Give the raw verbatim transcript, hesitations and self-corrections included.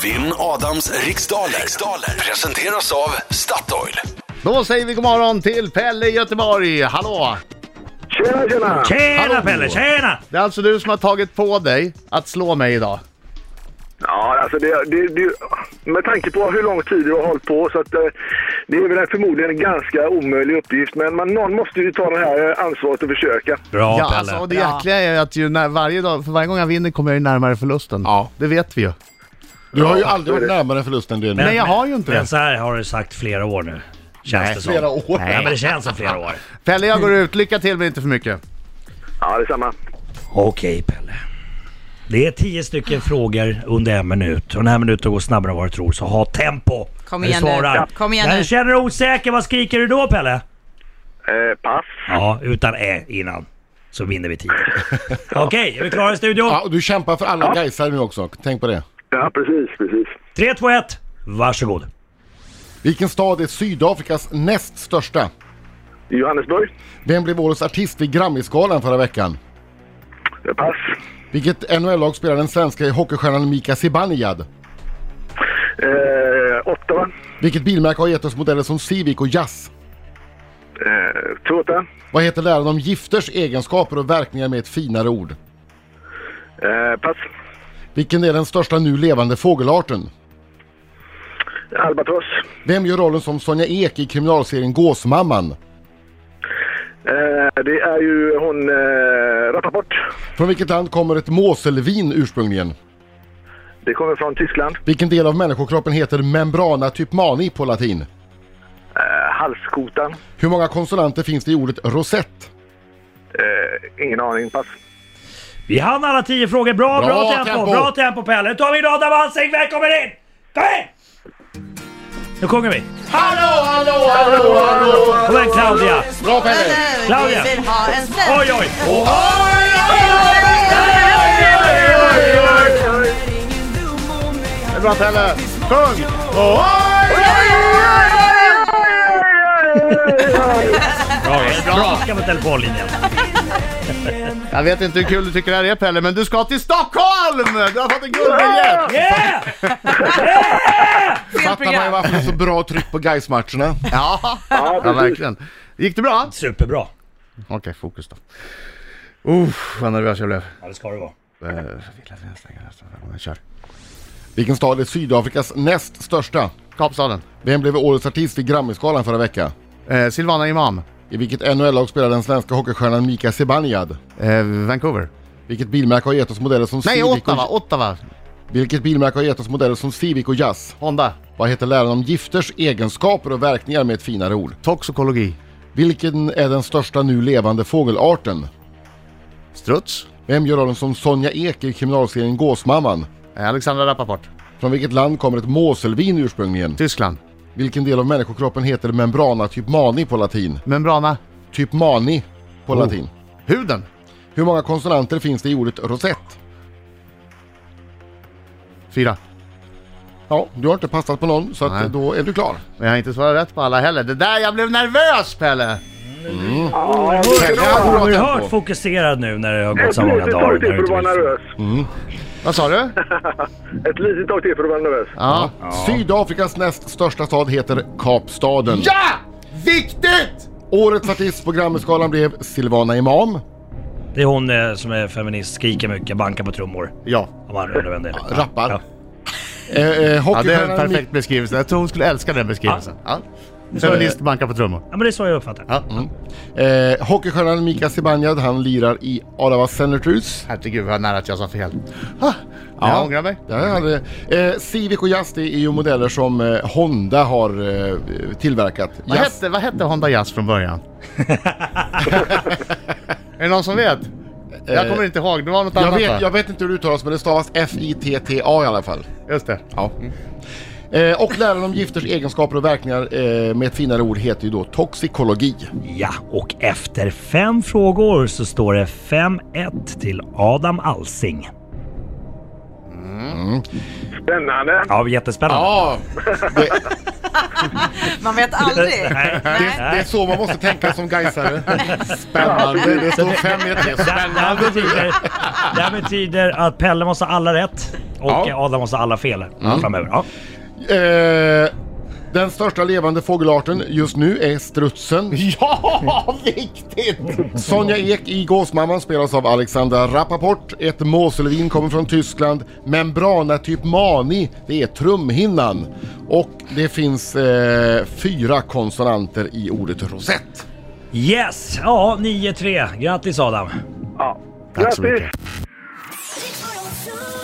Vinn Adams riksdaler. riksdaler presenteras av Statoil. Då säger vi god morgon till Pelle i Göteborg. Hallå! Tjena, tjena! Tjena Hallå. Pelle, tjena! Det är alltså du som har tagit på dig att slå mig idag. Ja, alltså det, det, det, med tanke på hur lång tid du har hållit på så att det, det är väl förmodligen en ganska omöjlig uppgift. Men man, någon måste ju ta det här ansvaret och försöka. Bra Ja, Pelle. alltså, och det jäkliga är att ju när, varje dag, för varje gång jag vinner kommer jag ju närmare förlusten. Ja. Det vet vi ju. Du har ju aldrig varit närmare förlusten du. Men jag har ju inte Men det. så här har du sagt flera år nu. Känns Nej, det som. Flera år. Nej, men det känns som flera år. Pelle, jag går ut. Lycka till men inte för mycket. Ja, det är samma. Okej Pelle. Det är tio stycken frågor under en minut. Och den här minuten går snabbare än vad du tror. Så ha tempo. Kom när igen du nu. svarar. Kom igen När nu. du känner dig osäker, vad skriker du då Pelle? Eh, pass. Ja, utan ä innan. Så vinner vi tiden. Okej, är vi klara i studion? Ja, och du kämpar för alla Gaisar nu också. Tänk på det. Ja, precis, precis. tre, två, ett. Varsågod. Vilken stad är Sydafrikas näst största? Johannesburg. Vem blev årets artist vid Grammisgalan förra veckan? Eh, pass. Vilket N H L-lag spelar den svenska hockeystjärnan Mika Zibanejad? Eh, Ottawa. Vilket bilmärke har gett oss modeller som Civic och Jazz? Eh, Toyota. Vad heter läran om gifters egenskaper och verkningar med ett finare ord? Eh, pass. Vilken är den största nu levande fågelarten? Albatross. Vem gör rollen som Sonja Ek i kriminalserien Gåsmamman? Eh, det är ju hon eh, Rappaport. Från vilket land kommer ett måselvin ursprungligen? Det kommer från Tyskland. Vilken del av människokroppen heter membrana typ mani på latin? Eh, halskotan. Hur många konsonanter finns det i ordet rosett? Eh, ingen aning, pass. Vi hann alla tio frågor. Bra, bra, Bra tempo. tempo. Bra tempo Pelle. Nu tar vi in Adam Alsing. Välkommen in! Kom in! Nu sjunger vi. Hallå, hallå, hallå, hallå! Kom igen Claudia. Bra Pelle! Claudia. Vi vill ha en ställ. Oj, oj. Det är bra Pelle. Sjung! Bra, bra. Ska med telefonlinjen. Jag vet inte hur kul du tycker det här är Pelle, men du ska till Stockholm! Du har fått en guldbiljett! Yeah! Fattar man ju varför det är så bra tryck på Gais-matcherna. Ja, ja, verkligen. Gick det bra? Superbra. Okej, fokus då. Uff, vad nervös jag blev. Ja, det ska det vara. Eh, Kör. Vilken stad är Sydafrikas näst största? Kapstaden. Vem blev årets artist vid Grammisgalan förra veckan? Eh, Silvana Imam. I vilket N H L-lag spelar den svenska hockeystjärnan Mika Zibanejad? Eh, Vancouver. Vilket bilmärke har gett oss modeller som Nej, Civic Ottawa. och... Ottawa. Vilket bilmärke har gett oss modeller som Civic och Jazz? Honda. Vad heter läran om gifters egenskaper och verkningar med ett finare ord? Toxikologi. Vilken är den största nu levande fågelarten? Struts. Vem gör rollen som Sonja Ek i kriminalserien Gåsmamman? Eh, Alexandra Rappaport. Från vilket land kommer ett måselvin ursprungligen? Tyskland. Vilken del av människokroppen heter membrana typ mani på latin? Membrana. Typ mani på Oh. latin. Huden. Hur många konsonanter finns det i ordet rosett? Fyra. Ja, du har inte passat på någon så Nej. att då är du klar. Men jag har inte svarat rätt på alla heller. Det där, jag blev nervös Pelle! Ja, Pelle, här går bra Oerhört tempo. fokuserad nu när det har gått ett så många litet dagar. tag till när för du att vara inte nervös. Vad sa du? Ett litet tag till för att vara nervös. Ja. Sydafrikas näst största stad heter Kapstaden. Ja! Viktigt! Årets artist på Grammisgalan blev Silvana Imam. Det är hon eh, som är feminist, skriker mycket, bankar på trummor. Ja. Om man undrar vem det är. Rappar. Ja. Eh, eh, Ja, det är en hockeystjärnan perfekt beskrivelse. Jag tror hon skulle älska den beskrivelsen. Ja. Feminist bankar på trummor. Ja, men det är så jag uppfattar. Ja. eh, hockeystjärnan Mika Zibanejad, han lirar i Ottawa Senators. Herregud vad nära att jag sa fel. Ah, jag ångrar mig. Ja, jag hade, eh, Civic och Jazz det är ju modeller som eh, Honda har eh, tillverkat. Vad Jazz- hette, vad hette Honda Jazz från början? Är det någon som vet? Jag kommer inte ihåg, det var något jag, annat va? vet, jag vet inte hur det uttalas men det stavas F I T T A i alla fall. Just det. Ja. Eh, och läran om gifters egenskaper och verkningar eh, med ett finare ord heter ju då toxikologi. Ja, och efter fem frågor så står det fem ett till Adam Alsing. Spännande. Ja, jättespännande. Ja, det, Man vet aldrig. Nej, det, det är så man måste tänka som gaisare. Spännande, det står fem ett. Det här betyder, det här betyder att Pelle måste ha alla rätt. Och Ja. eh, Adam måste ha alla fel Mm. framöver. Ja. Eh, den största levande fågelarten just nu är strutsen. Ja, viktigt! Sonja Ek i Gåsmamman spelas av Alexandra Rappaport. Ett måselvin kommer från Tyskland. Membrana typ mani, det är trumhinnan. Och det finns eh, fyra konsonanter i ordet rosett. Yes! Ja, nio tre. Grattis Adam. Ja. Tack så Grattis! mycket. Riks Morgonzoo.